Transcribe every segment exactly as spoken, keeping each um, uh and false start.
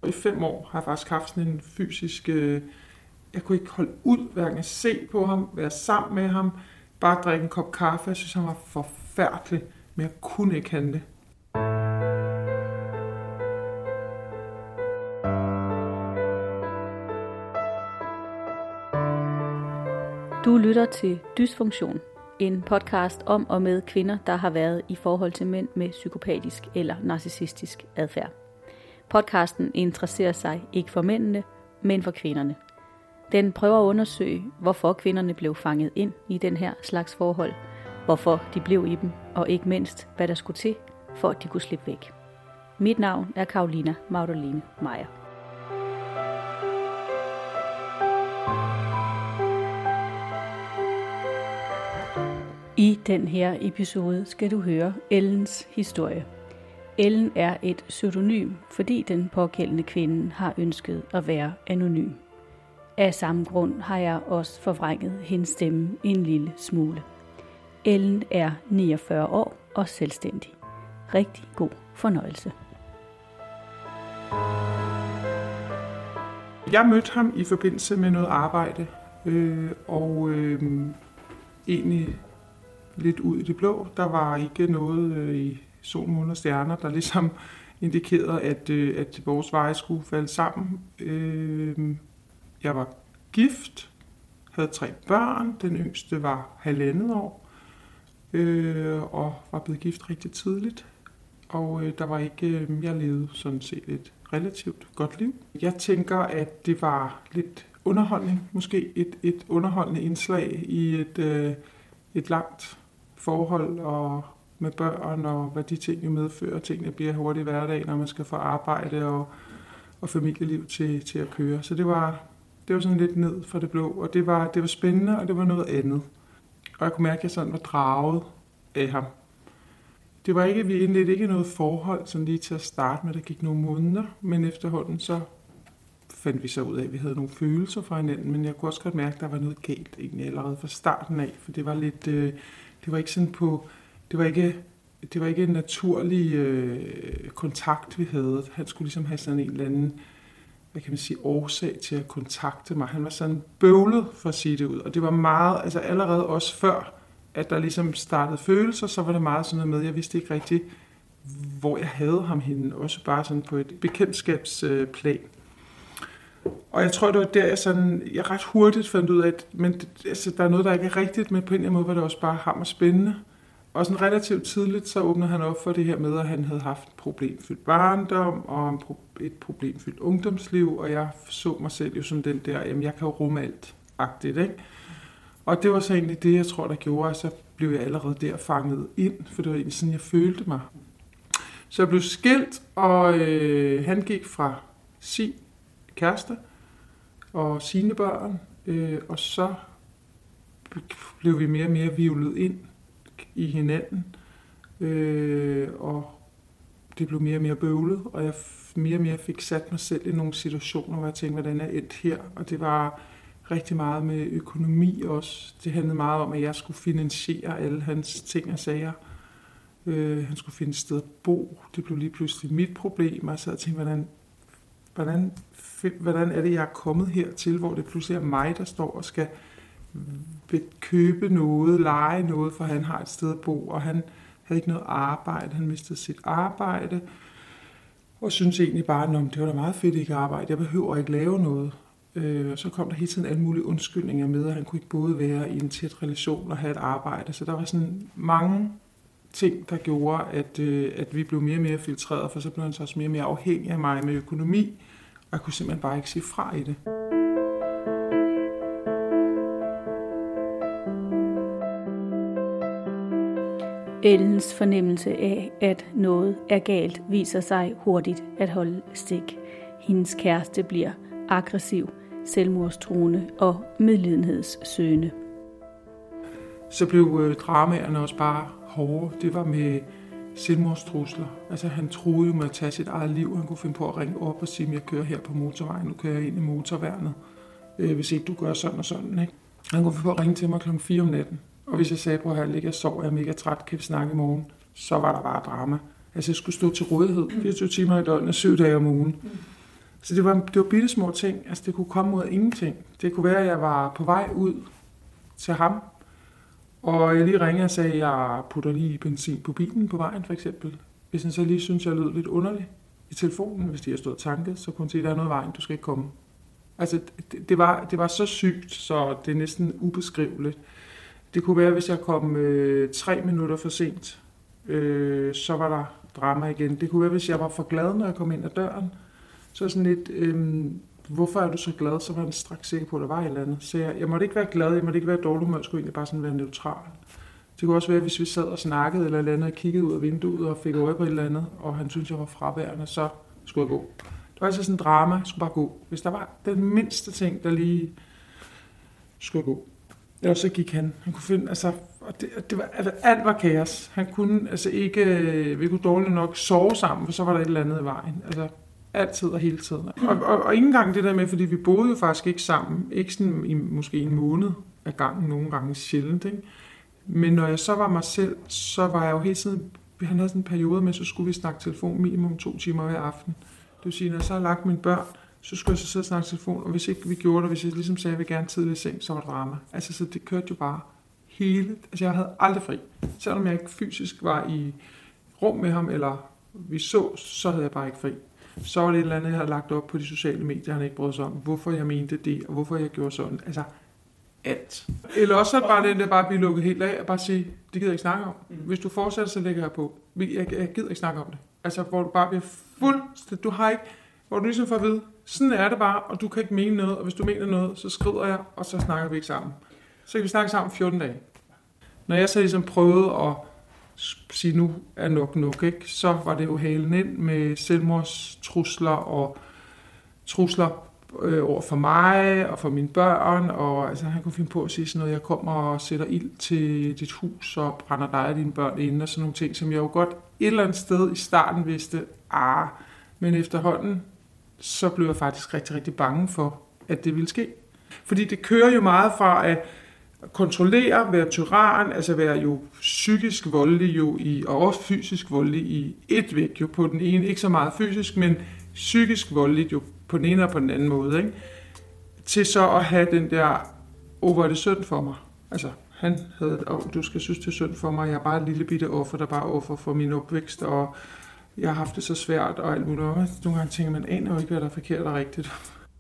I fem år har jeg faktisk haft sådan en fysisk... Øh, jeg kunne ikke holde ud, hverken at se på ham, være sammen med ham, bare drikke en kop kaffe. Jeg synes, han var forfærdelig, men jeg kunne ikke handle. Du lytter til Dysfunktion, en podcast om og med kvinder, der har været i forhold til mænd med psykopatisk eller narcissistisk adfærd. Podcasten interesserer sig ikke for mændene, men for kvinderne. Den prøver at undersøge, hvorfor kvinderne blev fanget ind i den her slags forhold, hvorfor de blev i dem, og ikke mindst, hvad der skulle til, for at de kunne slippe væk. Mit navn er Carolina Magdalene Meyer. I den her episode skal du høre Ellens historie. Ellen er et pseudonym, fordi den pågældende kvinde har ønsket at være anonym. Af samme grund har jeg også forvrænget hendes stemme en lille smule. Ellen er niogfyrre år og selvstændig. Rigtig god fornøjelse. Jeg mødte ham i forbindelse med noget arbejde, øh, og øh, egentlig lidt ud i det blå. Der var ikke noget øh, i sol, måne og stjerner, der ligesom indikerede, at, øh, at vores veje skulle falde sammen. Øh, jeg var gift, havde tre børn. Den yngste var halvandet år, øh, og var blevet gift rigtig tidligt. Og øh, der var ikke, øh, jeg levede sådan set et relativt godt liv. Jeg tænker, at det var lidt underholdning, måske et, et underholdende indslag i et, øh, et langt forhold og med børn, og hvad de ting jo medfører. Tingene bliver hurtigt hverdag, når man skal få arbejde og, og familieliv til, til at køre. Så det var, det var sådan lidt ned for det blå, og det var, det var spændende, og det var noget andet. Og jeg kunne mærke, at jeg sådan var draget af ham. Det var ikke, vi indledte ikke noget forhold sådan lige til at starte med, der gik nogle måneder, men efterhånden så fandt vi så ud af, at vi havde nogle følelser for hinanden, men jeg kunne også godt mærke, at der var noget galt egentlig allerede fra starten af, for det var lidt, øh, det var ikke sådan på, det var ikke, det var ikke en naturlig øh, kontakt, vi havde. Han skulle ligesom have sådan en eller anden, hvad kan man sige, årsag til at kontakte mig. Han var sådan bøvlet, for at sige det ud, og det var meget, altså allerede også før, at der ligesom startede følelser, så var det meget sådan noget med, jeg vidste ikke rigtigt, hvor jeg havde ham henne, også bare sådan på et bekendtskabsplan. Og jeg tror, det var der, jeg, sådan, jeg ret hurtigt fandt ud af, at men det, altså, der er noget, der ikke er rigtigt, men på en eller anden måde var det også bare hammer spændende. Og sådan relativt tidligt, så åbnede han op for det her med, at han havde haft et problemfyldt barndom og et problemfyldt ungdomsliv, og jeg så mig selv jo som den der, jamen jeg kan jo rumme alt-agtigt, ikke? Og det var så egentlig det, jeg tror, der gjorde, at så blev jeg allerede der fanget ind, for det var egentlig sådan, jeg følte mig. Så jeg blev skilt, og øh, han gik fra sin kæreste og sine børn, øh, og så blev vi mere og mere hvirvlet ind i hinanden, øh, og det blev mere og mere bøvlet, og jeg mere og mere fik sat mig selv i nogle situationer, hvor jeg tænkte, hvordan er jeg endt her, og det var rigtig meget med økonomi også. Det handlede meget om, at jeg skulle finansiere alle hans ting og sager. Øh, han skulle finde et sted at bo. Det blev lige pludselig mit problem, og så jeg tænkte, hvordan, hvordan, hvordan er det, jeg er kommet hertil, hvor det pludselig er mig, der står og skal købe noget, lege noget, for han har et sted at bo, og han havde ikke noget arbejde. Han mistede sit arbejde, og synes egentlig bare, at det var da meget fedt ikke arbejde. Jeg behøver ikke lave noget. Øh, og så kom der hele tiden alle mulige undskyldninger med, at han kunne ikke både være i en tæt relation og have et arbejde. Så der var sådan mange ting, der gjorde, at, øh, at vi blev mere og mere filtreret, for så blev han så også mere og mere afhængig af mig med økonomi, og jeg kunne simpelthen bare ikke sige fra i det. Ellens fornemmelse af, at noget er galt, viser sig hurtigt at holde stik. Hendes kæreste bliver aggressiv, selvmordstruende og medlidenhedssøgende. Så blev øh, dramaerne også bare hårde. Det var med selvmordstrusler. Altså han troede jo med at tage sit eget liv. Han kunne finde på at ringe op og sige, at jeg kører her på motorvejen. Nu kører jeg ind i motorværnet. Øh, hvis ikke du gør sådan og sådan, ikke? Han kunne finde på at ringe til mig klokken fire om natten. Og hvis jeg sagde på, at jeg ligger og sover, jeg er mega træt, kan vi snakke i morgen, så var der bare drama. Altså jeg skulle stå til rådighed fireogtyve timer i døgnet, syv dage om ugen. Så det var, det var bitte små ting. Altså, det kunne komme ud af ingenting. Det kunne være, at jeg var på vej ud til ham, og jeg lige ringede og sagde, at jeg putter lige benzin på bilen på vejen, for eksempel. Hvis han så lige synes, jeg lød lidt underlig i telefonen, hvis de har stået tanket, så kunne han sige, at der er noget i vejen, du skal ikke komme. Altså, det, det, var, det var så sygt, så det er næsten ubeskriveligt. Det kunne være, hvis jeg kom øh, tre minutter for sent, øh, så var der drama igen. Det kunne være, hvis jeg var for glad, når jeg kom ind ad døren. Så sådan lidt, øh, hvorfor er du så glad? Så var jeg straks sikker på, at der var et eller andet. Så jeg, jeg måtte ikke være glad, jeg måtte ikke være dårlig humør, jeg skulle egentlig bare sådan være neutral. Det kunne også være, hvis vi sad og snakkede eller eller andet, og kiggede ud af vinduet og fik øje på et eller andet, og han syntes, jeg var fraværende, så skulle jeg gå. Det var altså sådan en drama, jeg skulle bare gå. Hvis der var den mindste ting, der lige skulle jeg gå. Eller så gik han. Han kunne finde, altså, og det, det var, altså, alt var kaos. Han kunne altså ikke, vi kunne dårligt nok sove sammen, for så var der et eller andet i vejen. Altså, altid og hele tiden. Og, og, og ikke engang det der med, fordi vi boede jo faktisk ikke sammen. Ikke sådan i måske en måned af gangen, nogle gange sjældent, ikke? Men når jeg så var mig selv, så var jeg jo hele tiden, han havde sådan en periode med, så skulle vi snakke telefon minimum to timer hver aften. Det vil sige, når jeg så har lagt mine børn, så skulle jeg så sidde og snakke telefon, og hvis ikke vi gjorde det, hvis jeg ligesom sagde, at jeg vil gerne tidligere i seng, så var det drama. Altså, så det kørte jo bare hele, altså jeg havde aldrig fri. Selvom jeg ikke fysisk var i rum med ham, eller vi så, så havde jeg bare ikke fri. Så var det et eller andet, jeg havde lagt op på de sociale medier, han ikke brød sig om, hvorfor jeg mente det, og hvorfor jeg gjorde sådan. Altså, alt. Eller også så bare den der bare blive lukket helt af, og bare sige, det gider jeg ikke snakke om. Hvis du fortsætter, så lægger jeg på. Jeg, jeg gider ikke snakke om det. Altså, hvor du bare bliver fuldstændig, du har ikke, hvor du ligesom får at vide, sådan er det bare, og du kan ikke mene noget, og hvis du mener noget, så skrider jeg, og så snakker vi ikke sammen. Så kan vi snakke sammen fjorten dage. Når jeg så ligesom prøvede at sige, nu er nok nok, ikke, så var det jo halen ind med selvmordstrusler og trusler øh, over for mig og for mine børn, og altså, han kunne finde på at sige sådan noget, jeg kommer og sætter ild til dit hus og brænder dig og dine børn inde, og sådan nogle ting, som jeg jo godt et eller andet sted i starten vidste, ah, men efterhånden, så blev jeg faktisk rigtig, rigtig bange for, at det ville ske. Fordi det kører jo meget fra at kontrollere, være tyran, altså være jo psykisk voldelig jo i, og også fysisk voldelig i et væk jo på den ene, ikke så meget fysisk, men psykisk voldelig jo på den ene og på den anden måde, ikke? Til så at have den der, oh, hvor er det synd for mig. Altså, han havde, oh, du skal synes, det er synd for mig, jeg er bare et lille bitte offer, der bare er offer for min opvækst, og jeg har haft det så svært, og alt muligt. Nogle gange tænker man, aner jo ikke, hvad der er forkert og rigtigt.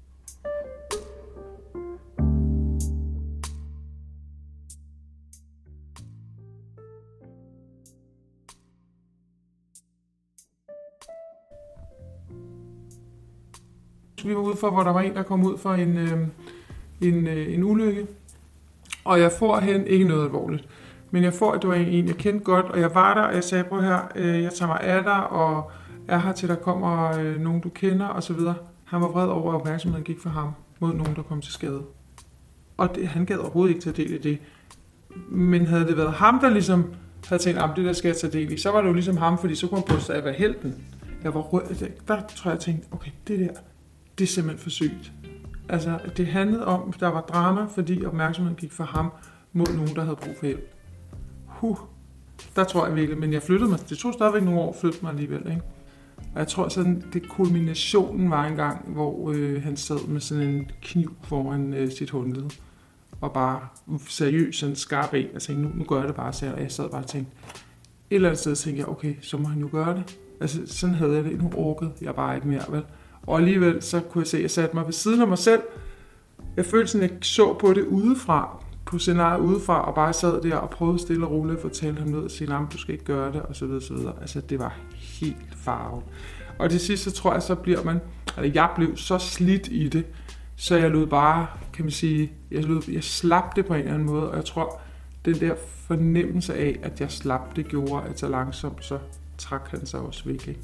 Vi var ude for, hvor der var en, der kom ud for en, øh, en, øh, en ulykke, og jeg får hen, ikke noget alvorligt, men jeg får, at det var en, jeg kendte godt, og jeg var der, og jeg sagde, prøv her, øh, jeg tager mig af dig, og er her til, der kommer øh, nogen, du kender, og så videre. Han var vred over, at opmærksomheden gik for ham mod nogen, der kom til skade. Og det, han gad overhovedet ikke tage del i det. Men havde det været ham, der ligesom havde tænkt, at det der skal jeg tage del i, så var det jo ligesom ham, fordi så kunne han bryste af at være helten. Jeg var rød, der tror jeg, jeg tænkte, okay, det der, det er simpelthen for sygt. Altså, det handlede om, at der var drama, fordi opmærksomheden gik fra ham mod nogen, der havde brug for hjælp. Huh, der tror jeg virkelig, men jeg flyttede mig, det tog stadigvæk nogle år at flytte mig alligevel, ikke? Og jeg tror sådan, det kulminationen var en gang, hvor øh, han sad med sådan en kniv foran øh, sit håndled, og bare seriøst sådan skarp en. Jeg tænkte, nu, nu gør jeg det bare selv, og jeg sad bare og tænkte, et eller andet sted tænkte jeg, okay, så må han jo gøre det. Altså, sådan havde jeg det, nu orkede jeg bare ikke mere, vel? Og alligevel, så kunne jeg se, at jeg satte mig ved siden af mig selv. Jeg følte sådan, at jeg så på det udefra, på scenariet udefra, og bare sad der og prøvede stille og roligt at fortælle ham noget, og sige, nej, du skal ikke gøre det, og så videre, så videre. Altså, det var helt farvet. Og til sidst, så tror jeg, så bliver man, altså jeg blev så slidt i det, så jeg lod bare, kan man sige, jeg, lod, jeg slap det på en eller anden måde, og jeg tror, den der fornemmelse af, at jeg slap det, gjorde, at så langsomt, så trak han sig også væk, ikke?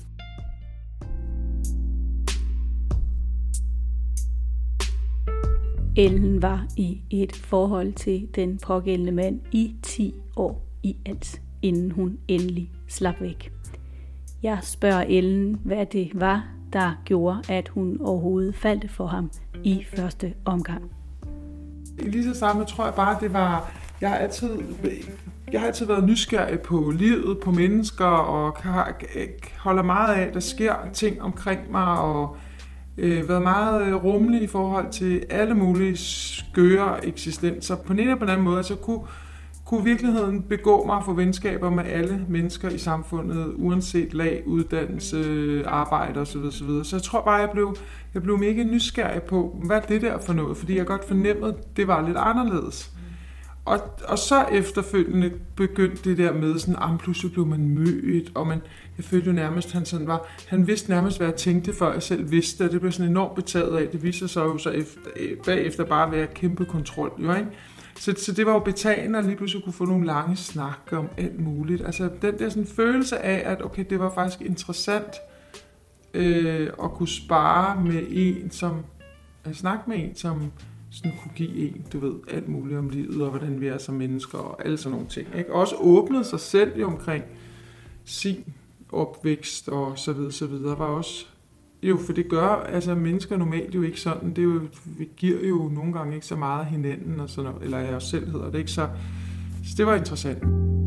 Ellen var i et forhold til den pågældende mand i ti år i alt, inden hun endelig slap væk. Jeg spørger Ellen, hvad det var, der gjorde, at hun overhovedet faldt for ham i første omgang. Lige så samme tror jeg bare, det var, jeg har altid, jeg har altid været nysgerrig på livet, på mennesker, og holder meget af, at der sker ting omkring mig, og øh, været meget øh, rummelig i forhold til alle mulige skøre eksistenser. På en eller på den anden måde, så kunne, kunne virkeligheden begå mig for venskaber med alle mennesker i samfundet, uanset lag, uddannelse, arbejde osv. osv. Så jeg tror bare, jeg blev, jeg blev mega nysgerrig på, hvad er det der for noget? Fordi jeg godt fornemmede, at det var lidt anderledes. Og, og så efterfølgende begyndte det der med, sådan, at pludselig blev man mødt, og man, jeg følte jo nærmest, han sådan var, han vidste nærmest, hvad jeg tænkte, før jeg selv vidste, og det blev sådan enormt betaget af. Det viste sig jo så efter, bagefter bare at være kæmpe kontrol, jo, ikke? Så, så det var jo betagende, at lige pludselig kunne få nogle lange snakke om alt muligt. Altså den der sådan følelse af, at okay, det var faktisk interessant øh, at kunne spare med en, som, at snakke med en, som sådan kunne give en, du ved, alt muligt om livet, og hvordan vi er som mennesker, og alle sådan nogle ting. Ikke? Også åbnede sig selv jo omkring sin opvækst, og så videre, så videre, var også, jo, for det gør, altså mennesker normalt jo ikke sådan, det er jo, vi giver jo nogle gange ikke så meget hinanden, og sådan noget, eller jeg også selv hedder det, ikke? Så, så det var interessant.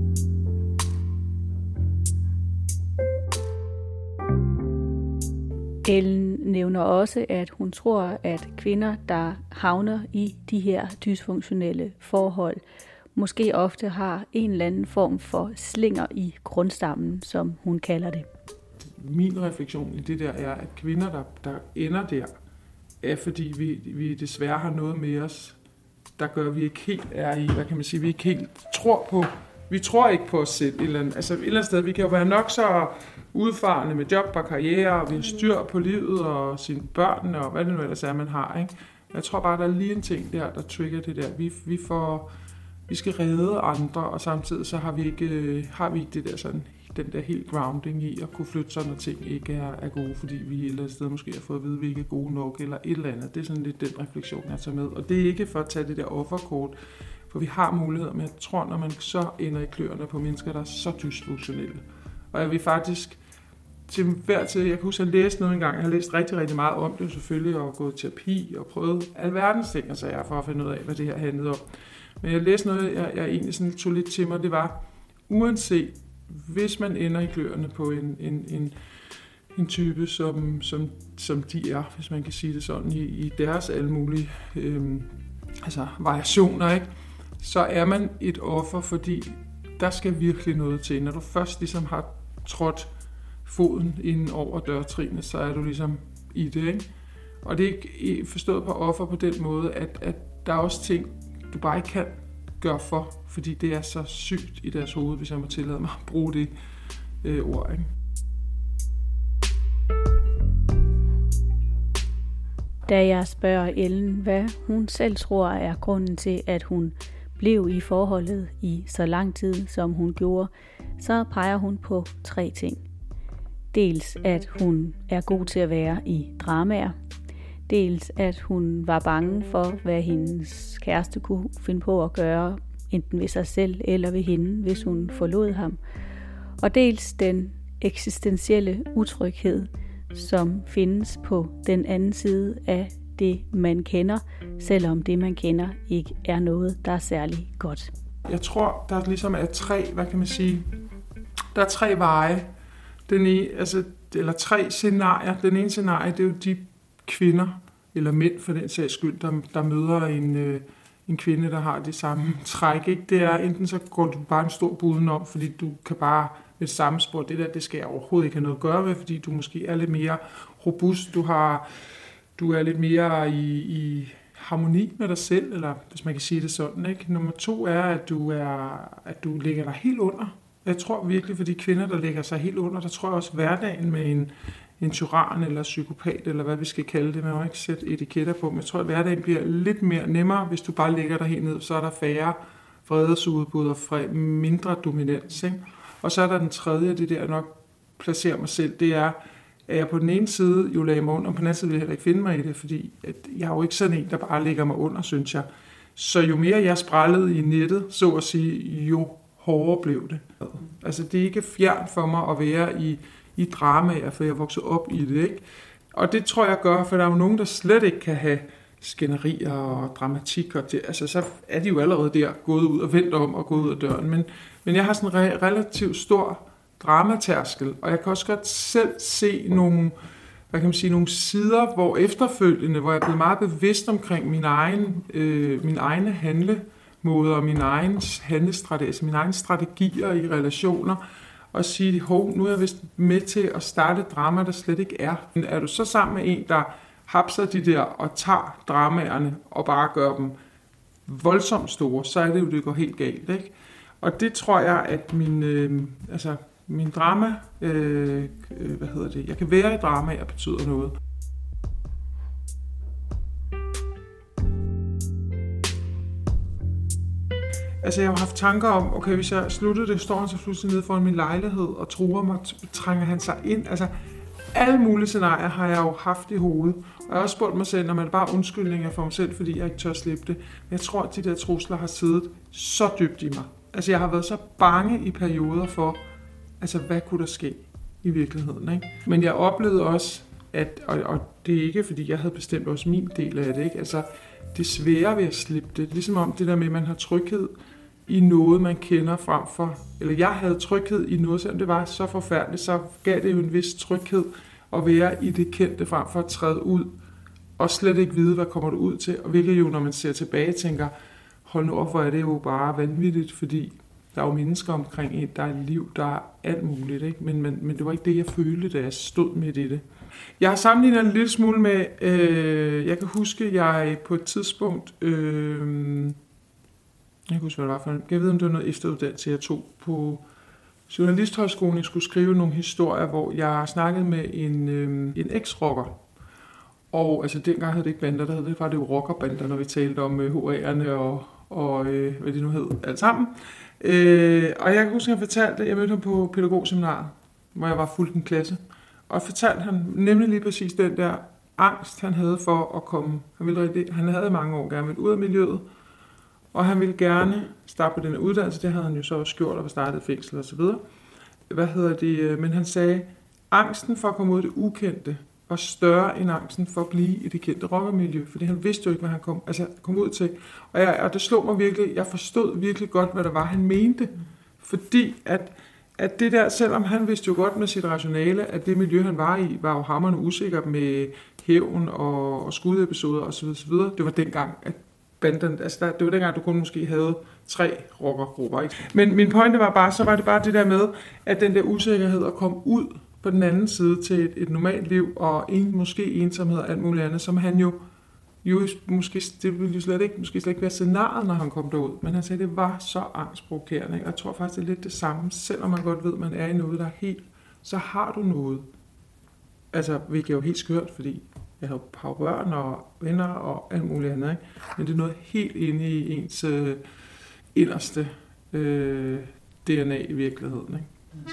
Ellen nævner også, at hun tror, at kvinder, der havner i de her dysfunktionelle forhold, måske ofte har en eller anden form for slinger i grundstammen, som hun kalder det. Min refleksion i det der er, at kvinder, der, der ender der, er fordi vi, vi desværre har noget med os, der gør, at vi ikke helt er i, hvad kan man sige, vi ikke helt tror på, vi tror ikke på os selv. Et eller andet, altså et eller andet sted, vi kan jo være nok så udfarende med job og karriere, og vi har styr på livet og sine børn, og hvad det nu ellers er, man har, ikke? Jeg tror bare, der er lige en ting der, der trigger det der. Vi, vi, får, vi skal redde andre, og samtidig så har vi ikke, har vi ikke det der sådan, den der helt grounding i at kunne flytte sådan, at ting ikke er, er gode, fordi vi et eller andet sted måske har fået at vide, at vi ikke er gode nok, eller et eller andet. Det er sådan lidt den refleksion, jeg tager med. Og det er ikke for at tage det der offerkort, for vi har muligheder, men jeg tror, når man så ender i kløerne på mennesker, der er så dysfunktionelle. Og jeg vil faktisk til hver tid, jeg kan huske, at jeg læste noget engang, jeg har læst rigtig, rigtig meget om det selvfølgelig, og gået i terapi og prøvet alverdens ting, altså jeg for at finde ud af, hvad det her handlede om. Men jeg læste noget, jeg, jeg egentlig sådan tog lidt til mig, det var, uanset hvis man ender i kløerne på en, en, en, en type, som, som, som de er, hvis man kan sige det sådan, i, i deres alle mulige øhm, altså variationer, ikke? Så er man et offer, fordi der skal virkelig noget til. Når du først ligesom har trådt foden ind over dørtrinet, så er du ligesom i det, ikke? Og det er ikke forstået på offer på den måde, at, at der er også ting, du bare ikke kan gøre for, fordi det er så sygt i deres hoved, hvis jeg må tillade mig at bruge det øh, ord, ikke? Da jeg spørger Ellen, hvad hun selv tror er grunden til, at hun blev i forholdet i så lang tid, som hun gjorde, så peger hun på tre ting. Dels at hun er god til at være i dramaer. Dels at hun var bange for, hvad hendes kæreste kunne finde på at gøre, enten ved sig selv eller ved hende, hvis hun forlod ham. Og dels den eksistentielle utryghed, som findes på den anden side af det, man kender, selvom det, man kender, ikke er noget, der er særlig godt. Jeg tror, der ligesom er tre, hvad kan man sige, der er tre veje, den ene, altså, eller tre scenarier. Den ene scenarie, det er jo de kvinder, eller mænd for den sags skyld, der, der møder en, øh, en kvinde, der har det samme træk. Ikke? Det er enten så går du bare en stor buden om, fordi du kan bare med det samme spor, det der, det skal jeg overhovedet ikke have noget at gøre med, fordi du måske er lidt mere robust, du har, du er lidt mere i, i harmoni med dig selv, eller hvis man kan sige det sådan, ikke? Nummer to er, at du er, at du lægger dig helt under. Jeg tror virkelig, for de kvinder, der lægger sig helt under, der tror jeg også hverdagen med en, en tyran eller psykopat, eller hvad vi skal kalde det, man må ikke sætte etiketter på, men jeg tror, at hverdagen bliver lidt mere nemmere, hvis du bare lægger dig helt ned, så er der færre vredesudbrud og mindre dominans, ikke? Og så er der den tredje, det der jeg nok placerer mig selv, det er, at jeg på den ene side jo lagde mig under, og på den anden side vil jeg heller ikke finde mig i det, fordi at jeg er jo ikke sådan en, der bare lægger mig under, synes jeg. Så jo mere jeg sprællede i nettet, så at sige, jo hårdere blev det. Altså det er ikke fjernt for mig at være i, i dramaer, for jeg er vokset op i det, ikke? Og det tror jeg gør, for der er jo nogen, der slet ikke kan have skænderier og dramatik, og det, altså så er de jo allerede der gået ud og vendt om og gået ud af døren. Men, men jeg har sådan en re- relativt stor dramatærskel, og jeg kan også godt selv se nogle, hvad kan man sige, nogle sider, hvor efterfølgende, hvor jeg er blevet meget bevidst omkring min egen, øh, min egne handlemåder og min egen handlestrategi, altså mine egne strategier i relationer, og sige, hov, nu er jeg vist med til at starte et drama, der slet ikke er. Men er du så sammen med en, der hapser de der og tager dramaerne og bare gør dem voldsomt store, så er det jo, det går helt galt, ikke? Og det tror jeg, at min, øh, altså, min drama, øh, hvad hedder det, jeg kan være i drama, og betyder noget. Altså, jeg har haft tanker om, okay, hvis jeg sluttede det, står han så pludselig nede foran min lejlighed og truer mig, trænger han sig ind. Altså, alle mulige scenarier har jeg jo haft i hovedet. Og jeg har også spurgt mig selv, når man bare undskyldninger for mig selv, fordi jeg ikke tør slippe det. Men jeg tror, at de der trusler har siddet så dybt i mig. Altså, jeg har været så bange i perioder for, altså, hvad kunne der ske i virkeligheden, ikke? Men jeg oplevede også, at, og, og det er ikke, fordi jeg havde bestemt også min del af det, ikke? Altså, det svære ved at slippe det, ligesom om det der med, at man har tryghed i noget, man kender frem for, eller jeg havde tryghed i noget, selvom det var så forfærdeligt, så gav det jo en vis tryghed at være i det kendte frem for at træde ud, og slet ikke vide, hvad kommer du ud til, og hvilket jo, når man ser tilbage, tænker, hold nu op, hvor er det jo bare vanvittigt, fordi der er jo mennesker omkring en, der er et liv, der er alt muligt, ikke? Men, men, men det var ikke det, jeg følte, da jeg stod midt i det. Jeg har sammenlignet en lille smule med, øh, jeg kan huske, jeg på et tidspunkt, øh, jeg kan huske, hvad det var for en, jeg ved, om det var noget efteruddannelse, jeg tog på Journalisthøjskolen. Jeg skulle skrive nogle historier, hvor jeg snakkede med en, øh, en eks-rocker. Og altså dengang havde det ikke bander, der hed det, var det jo rockerbander, når vi talte om øh, H A'erne og, og øh, hvad det nu hed, alt sammen. Øh, og jeg kan huske, at jeg fortalte, jeg mødte ham på pædagogseminaret, hvor jeg var fuldt en klasse. Og fortalte han nemlig lige præcis den der angst, han havde for at komme. Han, ville rigtig, han havde mange år gerne ud af miljøet, og han ville gerne starte på den uddannelse. Det havde han jo så også gjort og var startet fængsel og så videre. Hvad hedder det? Men han sagde, angsten for at komme ud af det ukendte var større end angsten for at blive i det kendte rockermiljø, fordi han vidste jo ikke, hvad han kom, altså, kom ud til. Og, jeg, og det slog mig virkelig, jeg forstod virkelig godt, hvad der var, han mente, fordi at at det der, selvom han vidste jo godt med sit rationale, at det miljø, han var i, var jo hamrende usikker med hævn og, og skudepisoder osv. osv. Det var dengang, at banden, altså der, det var dengang, du kun måske havde tre rockergrupper, ikke? Men min pointe var bare, så var det bare det der med, at den der usikkerhed at komme ud på den anden side til et, et normalt liv, og en, måske ensomhed og alt muligt andet, som han jo, jo måske, det ville jo slet ikke, måske slet ikke være scenariet, når han kom derud, men han sagde, det var så angstprovokerende, ikke? Og jeg tror faktisk, det er lidt det samme, selvom man godt ved, at man er i noget, der er helt, så har du noget. Altså, hvilket er jo helt skørt, fordi jeg har jo børn og venner og alt muligt andet, ikke? Men det er noget helt inde i ens øh, inderste øh, D N A i virkeligheden, ikke?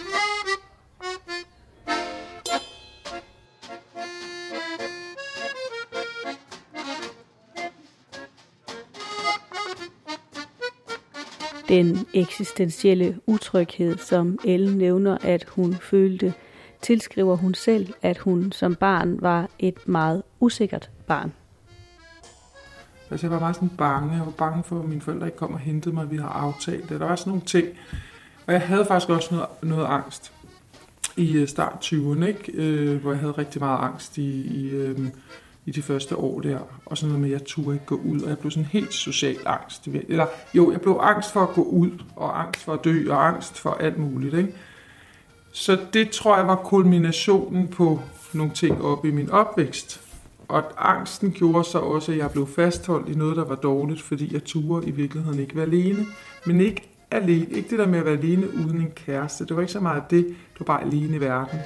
Den eksistentielle utryghed, som Ellen nævner, at hun følte, tilskriver hun selv, at hun som barn var et meget usikkert barn. Altså jeg var meget sådan bange. Jeg var bange for, at mine forældre ikke kom og hentede mig, vi har aftalt det. Der var sådan nogle ting. Og jeg havde faktisk også noget, noget angst i start tyverne, ikke? Øh, hvor jeg havde rigtig meget angst i, i, øh, i de første år der. Og sådan noget med, at jeg turde ikke gå ud, og jeg blev sådan helt social angst. Eller jo, jeg blev angst for at gå ud, og angst for at dø, og angst for alt muligt, ikke? Så det tror jeg var kulminationen på nogle ting op i min opvækst. Og angsten gjorde så også, at jeg blev fastholdt i noget, der var dårligt, fordi jeg turde i virkeligheden ikke være alene. Men ikke alene, ikke det der med at være alene uden en kæreste. Det var ikke så meget det, det var bare alene i verden.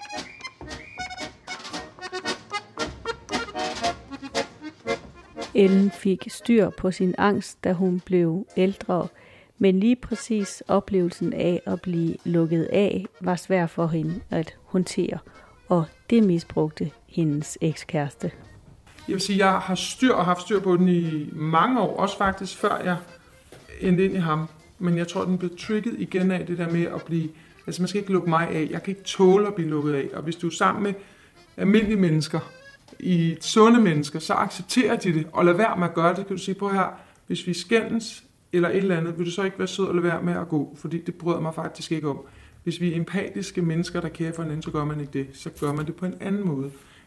Ellen fik styr på sin angst, da hun blev ældre. Men lige præcis oplevelsen af at blive lukket af var svær for hende at håndtere, og det misbrugte hendes ekskæreste. Jeg vil sige, at jeg har styr og haft styr på den i mange år, også faktisk før jeg endte ind i ham. Men jeg tror, den blev trigget igen af det der med at blive, altså man skal ikke lukke mig af, jeg kan ikke tåle at blive lukket af. Og hvis du er sammen med almindelige mennesker, i sunde mennesker, så accepterer de det, og lad være med at gøre det. Kan du sige, på her, hvis vi skændes, eller et eller andet, vil du så ikke være sød og lade være med at gå, fordi det bryder mig faktisk ikke om. Hvis vi er empatiske mennesker, der kærer for hinanden, så gør man ikke det. Så gør man det på en anden måde.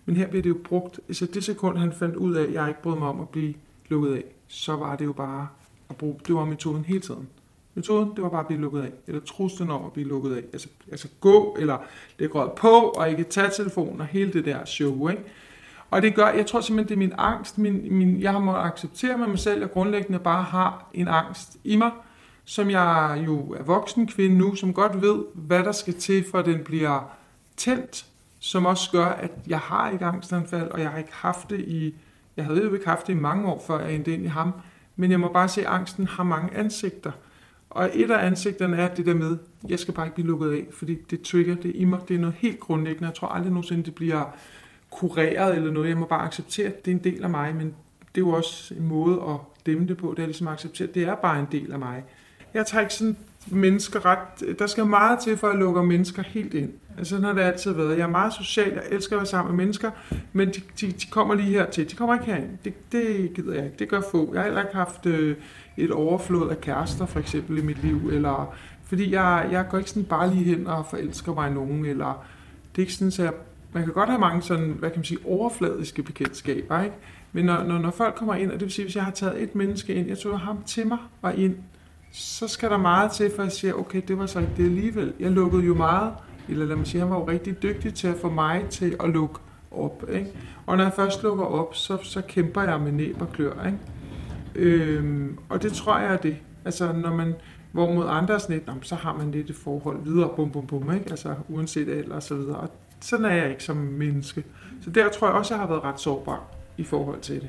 Men her bliver det jo brugt, altså det sekund, han fandt ud af, at jeg ikke brød mig om at blive lukket af, så var det jo bare at bruge, det var metoden hele tiden. Metoden, det var bare at blive lukket af, eller truslen om at blive lukket af. Altså, altså gå, eller lægge røret på, og ikke tage telefonen, og hele det der show, ikke? Og det gør, jeg tror simpelthen, det er min angst, min, min, jeg har måttet acceptere med mig selv, at jeg grundlæggende bare har en angst i mig, som jeg jo er voksen kvinde nu, som godt ved, hvad der skal til, for at den bliver tændt, som også gør, at jeg har ikke angstanfald, og jeg har ikke haft det i, jeg havde jo ikke haft det i mange år, før jeg endte ind i ham, men jeg må bare se, at angsten har mange ansigter. Og et af ansigterne er det der med, jeg skal bare ikke blive lukket af, fordi det trigger det i mig, det er noget helt grundlæggende, jeg tror aldrig nogensinde, det bliver kureret eller noget, jeg må bare acceptere, at det er en del af mig, men det er jo også en måde at dæmme det på, det er ligesom at acceptere, at det er bare en del af mig. Jeg tager ikke sådan mennesker ret, der skal meget til for at lukke mennesker helt ind. Altså sådan har det altid været. Jeg er meget social, jeg elsker at være sammen med mennesker, men de, de, de kommer lige hertil. De kommer ikke herind. Det, det gider jeg ikke. Det gør få. Jeg har heller ikke haft øh, et overflod af kærester, for eksempel, i mit liv, eller fordi jeg, jeg går ikke sådan bare lige hen og forelsker mig i nogen, eller det er ikke sådan, så jeg, man kan godt have mange sådan, hvad kan man sige, overfladiske bekendtskaber, ikke? Men når, når, når folk kommer ind, og det vil sige, hvis jeg har taget et menneske ind, jeg tog ham til mig og ind, så skal der meget til, for at sige, okay, det var så ikke det alligevel. Jeg lukkede jo meget, eller lad mig sige, han var jo rigtig dygtig til at få mig til at lukke op, ikke? Og når jeg først lukker op, så, så kæmper jeg med næb og klør, ikke? Øhm, og det tror jeg er det. Altså, når man, hvor mod andre er sådan lidt, så har man lidt et forhold videre, bum, bum, bum, ikke? Altså, uanset alder og så videre. Og sådan er jeg ikke som menneske. Så der tror jeg også, jeg har været ret sårbar i forhold til det.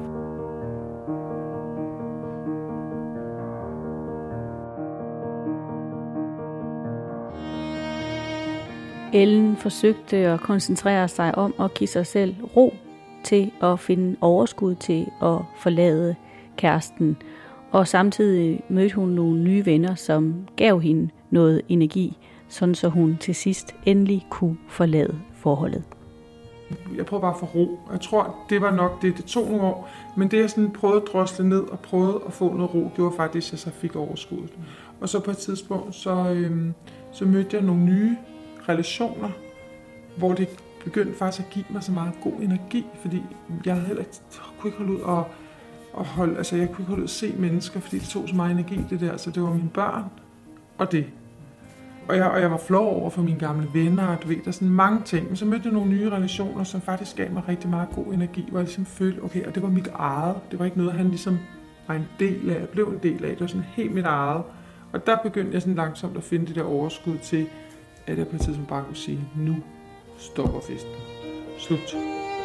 Ellen forsøgte at koncentrere sig om at give sig selv ro til at finde overskud til at forlade kæresten. Og samtidig mødte hun nogle nye venner, som gav hende noget energi, sådan så hun til sidst endelig kunne forlade forholdet. Jeg prøvede bare at få ro. Jeg tror, det var nok det. Det tog nogle år, men det jeg sådan prøvede at drosle ned og prøvede at få noget ro, gjorde faktisk, at jeg så fik overskuddet. Og så på et tidspunkt, så, øhm, så mødte jeg nogle nye relationer, hvor det begyndte faktisk at give mig så meget god energi, fordi jeg havde heller ikke, kunne ikke holde ud og, og holde, altså jeg kunne ikke holde ud at se mennesker, fordi det tog så meget energi det der, så det var mine børn og det. Og jeg, og jeg var flov over for mine gamle venner, og du ved, der er sådan mange ting, men så mødte jeg nogle nye relationer, som faktisk gav mig rigtig meget god energi, hvor jeg ligesom følte, okay, og det var mit eget, det var ikke noget, han ligesom var en del af, jeg blev en del af, det var sådan helt mit eget. Og der begyndte jeg sådan langsomt at finde det der overskud til, at jeg på et tidspunkt bare kunne sige, nu stopper festen. Slut.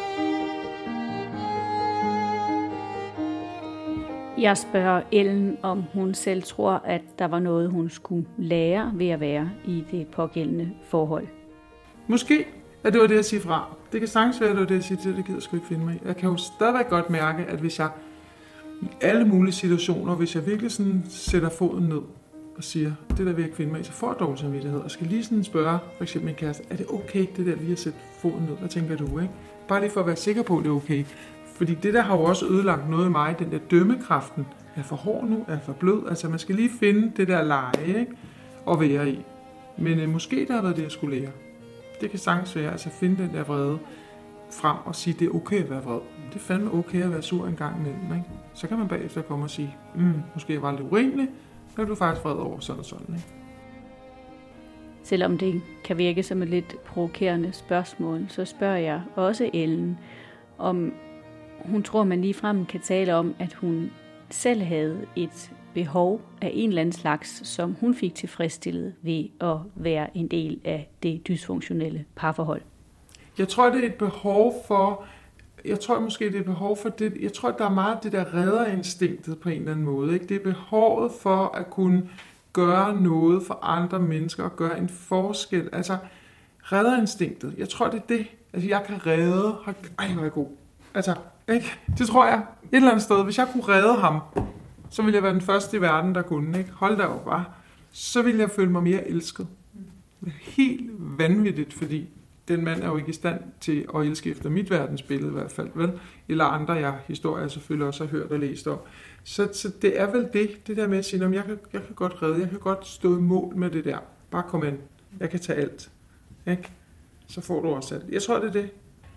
Jeg spørger Ellen, om hun selv tror, at der var noget, hun skulle lære ved at være i det pågældende forhold. Måske, at det var det at sige fra. Det kan sagtens være, at det var det at sige til, det gider jeg sgu ikke finde mig i. Jeg kan jo stadigvæk godt mærke, at hvis jeg i alle mulige situationer, hvis jeg virkelig sådan sætter foden ned, og siger, det der vil jeg ikke finde mig i, så får jeg dårlig samvittighed, og skal lige sådan spørge, for eksempel min kæreste, er det okay, det der lige at sætte foden ned? Hvad tænker du, ikke? Bare lige for at være sikker på, at det er okay. Fordi det der har jo også ødelagt noget i mig, den der dømmekraften. Er jeg for hård nu? Er jeg for blød? Altså man skal lige finde det der leje, ikke? Og være i. Men øh, måske der har været det, jeg skulle lære. Det kan sagtens være, altså finde den der vrede frem og sige, det er okay at være vred. Det er fandme okay at være sur en gang imellem, ikke? Så kan man bagefter komme og sige, mm, måske jeg var lidt urimelig, men du er faktisk vred over sådan og sådan, ikke? Selvom det kan virke som et lidt provokerende spørgsmål, så spørger jeg også Ellen, om hun tror, man ligefrem kan tale om, at hun selv havde et behov af en eller anden slags, som hun fik tilfredsstillet ved at være en del af det dysfunktionelle parforhold. Jeg tror, det er et behov for, jeg tror måske, det er et behov for det, jeg tror, der er meget det der redderinstinktet på en eller anden måde, ikke? Det er behovet for at kunne gøre noget for andre mennesker og gøre en forskel. Altså, redderinstinktet, jeg tror, det er det. Altså, jeg kan redde, ej, hvor er jeg god. Altså, ikke? Det tror jeg. Et eller andet sted. Hvis jeg kunne redde ham, så ville jeg være den første i verden, der kunne, ikke? Hold da op, bare. Så ville jeg føle mig mere elsket. Helt vanvittigt, fordi den mand er jo ikke i stand til at elske efter mit verdensbillede i hvert fald, vel? Eller andre, jeg historier selvfølgelig også har hørt og læst om. Så, så det er vel det, det der med at sige, at jeg kan, jeg kan godt redde, jeg kan godt stå i mål med det der. Bare kom ind. Jeg kan tage alt. Ikke? Så får du også alt. Jeg tror, det er det.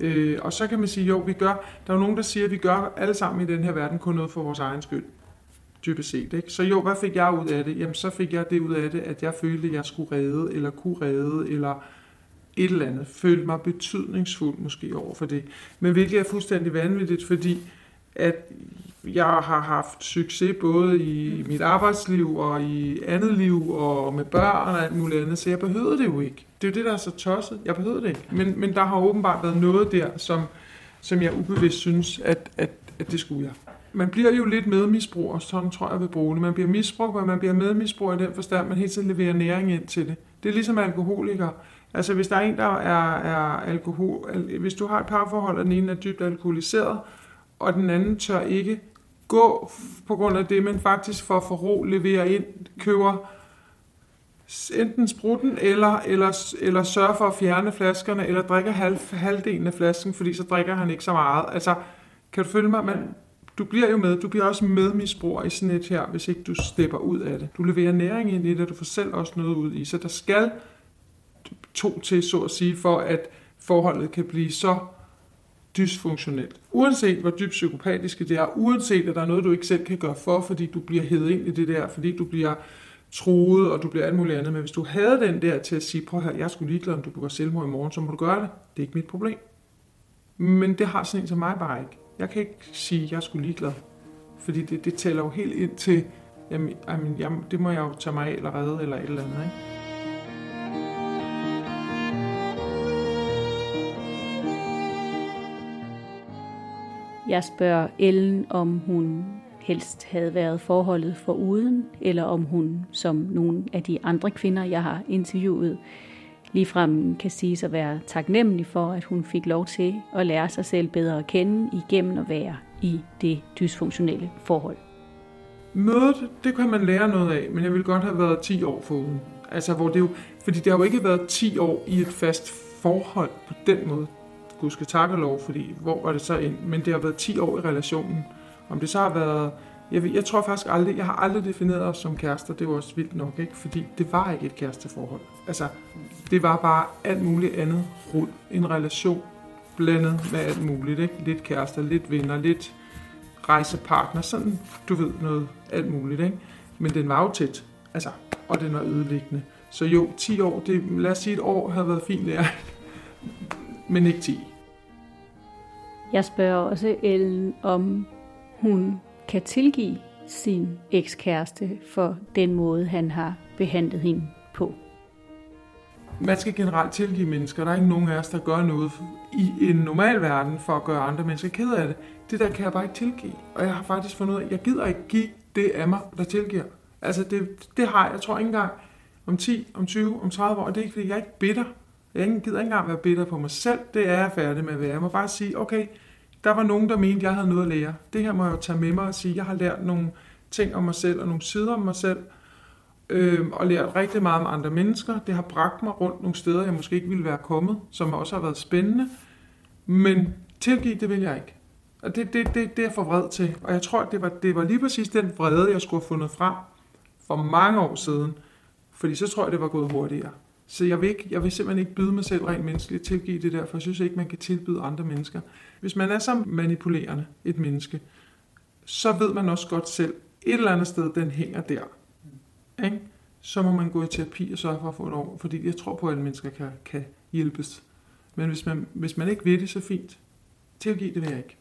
Øh, og så kan man sige, jo, vi gør, der er jo nogen, der siger, at vi gør alle sammen i den her verden kun noget for vores egen skyld. Dybest set, ikke? Så jo, hvad fik jeg ud af det? Jamen, så fik jeg det ud af det, at jeg følte, at jeg skulle redde, eller kunne redde, eller et eller andet. Følte mig betydningsfuld måske over for det. Men hvilket er fuldstændig vanvittigt, fordi at jeg har haft succes både i mit arbejdsliv og i andet liv og med børn og alt muligt andet, så jeg behøvede det jo ikke. Det er jo det, der er så tosset. Jeg behøvede det ikke. Men, men der har åbenbart været noget der, som, som jeg ubevidst synes, at, at, at det skulle jeg. Man bliver jo lidt medmisbruger, sådan tror jeg vil bruge det. Man bliver misbrugt, men man bliver medmisbruger i den forstand, man hele tiden leverer næring ind til det. Det er ligesom alkoholiker. Altså hvis der er en, der er, er alkohol... Hvis du har et parforhold, og den ene er dybt alkoholiseret, og den anden tør ikke gå på grund af det, men faktisk for at få ro leverer ind, køber enten sprutten, eller, eller, eller sørger for at fjerne flaskerne, eller drikker halv, halvdelen af flasken, fordi så drikker han ikke så meget. Altså, kan du følge mig? Man, du bliver jo med, du bliver også medmisbruger i sådan et her, hvis ikke du stepper ud af det. Du leverer næring ind i det, og du får selv også noget ud i, så der skal to til, så at sige, for at forholdet kan blive så dysfunktionelt. Uanset hvor dybt psykopatiske det er, uanset at der er noget, du ikke selv kan gøre for, fordi du bliver hævet ind i det der, fordi du bliver truet, og du bliver alt muligt andet. Men hvis du havde den der til at sige, prøv at høre, jeg skulle ligeglad, om du begår selvmord i morgen, så må du gøre det. Det er ikke mit problem. Men det har sådan en som mig bare ikke. Jeg kan ikke sige, at jeg skulle ligeglad. Fordi det, det tæller jo helt ind til, jamen, jamen, jamen, det må jeg jo tage mig af, eller redde, eller et eller andet, ikke? Jeg spørger Ellen, om hun helst havde været forholdet foruden, eller om hun, som nogle af de andre kvinder, jeg har interviewet, ligefrem kan sige at være taknemmelig for, at hun fik lov til at lære sig selv bedre at kende igennem at være i det dysfunktionelle forhold. Mødet, det kan man lære noget af, men jeg ville godt have været ti år foruden. Altså, hvor det jo, fordi det har jo ikke været ti år i et fast forhold på den måde. Gud skal takke lov, fordi hvor var det så ind? Men det har været ti år i relationen. Om det så har været... Jeg, jeg tror faktisk aldrig... Jeg har aldrig defineret os som kærester. Det var også vildt nok, ikke? Fordi det var ikke et kæresteforhold. Altså, det var bare alt muligt andet rod. En relation blandet med alt muligt, ikke? Lidt kærester, lidt venner, lidt rejsepartner. Sådan, du ved, noget alt muligt, ikke? Men den var jo tæt. Altså, og den var ødelæggende. Så jo, ti år, det, lad os sige et år, havde været fint læring. Men ikke ti. Jeg spørger også Ellen, om hun kan tilgive sin ekskæreste for den måde, han har behandlet hende på. Man skal generelt tilgive mennesker. Der er ikke nogen af os, der gør noget i en normal verden for at gøre andre mennesker ked af det. Det der kan jeg bare ikke tilgive. Og jeg har faktisk fundet ud af, at jeg gider ikke give det af mig, der tilgiver. Altså det, det har jeg, jeg tror ikke engang om ti, om tyve, om tredive år. Det er ikke, fordi jeg er ikke bitter. Jeg gider ikke engang være bitter på mig selv. Det er jeg færdig med at være. Jeg må bare sige, okay, der var nogen, der mente, jeg havde noget at lære. Det her må jeg jo tage med mig og sige, jeg har lært nogle ting om mig selv og nogle sider om mig selv. Øh, og lært rigtig meget om andre mennesker. Det har bragt mig rundt nogle steder, jeg måske ikke ville være kommet, som også har været spændende. Men tilgive, det vil jeg ikke. Og det, det, det, det er jeg for vred til. Og jeg tror, at det var, det var lige præcis den vrede, jeg skulle have fundet frem for mange år siden. Fordi så tror jeg, det var gået hurtigere. Så jeg vil, ikke, jeg vil simpelthen ikke byde mig selv rent menneskeligt tilgive det der, for jeg synes ikke, man kan tilbyde andre mennesker. Hvis man er så manipulerende et menneske, så ved man også godt selv, et eller andet sted, den hænger der. Ikke? Så må man gå i terapi og sørge for at få et år, fordi jeg tror på, at alle mennesker kan, kan hjælpes. Men hvis man, hvis man ikke vil det, så fint. Tilgive det vil jeg ikke.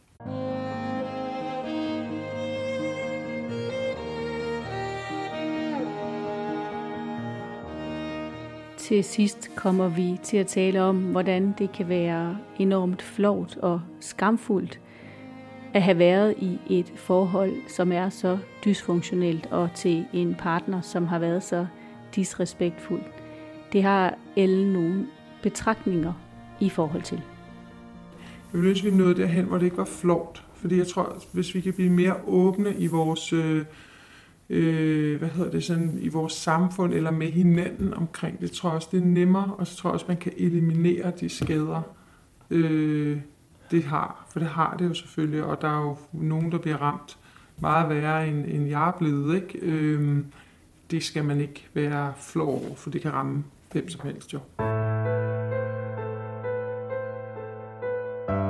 Til sidst kommer vi til at tale om, hvordan det kan være enormt flovt og skamfuldt at have været i et forhold, som er så dysfunktionelt, og til en partner, som har været så disrespektfuld. Det har Ellen nogle betragtninger i forhold til. Jeg vil ønske, vi nåede derhen, hvor det ikke var flovt. Fordi jeg tror, hvis vi kan blive mere åbne i vores... Øh, Øh, hvad hedder det, sådan, i vores samfund eller med hinanden omkring det, tror jeg også, det er nemmere, og så tror jeg også, man kan eliminere de skader, øh, det har. For det har det jo selvfølgelig, og der er jo nogen, der bliver ramt meget værre, end, end jeg er blevet, ikke? Øh, det skal man ikke være flov over, for det kan ramme hvem som helst jo.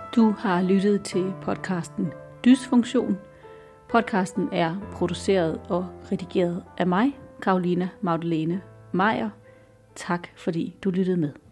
Du har lyttet til podcasten Dysfunktion. Podcasten er produceret og redigeret af mig, Carolina Magdalene Meyer. Tak fordi du lyttede med.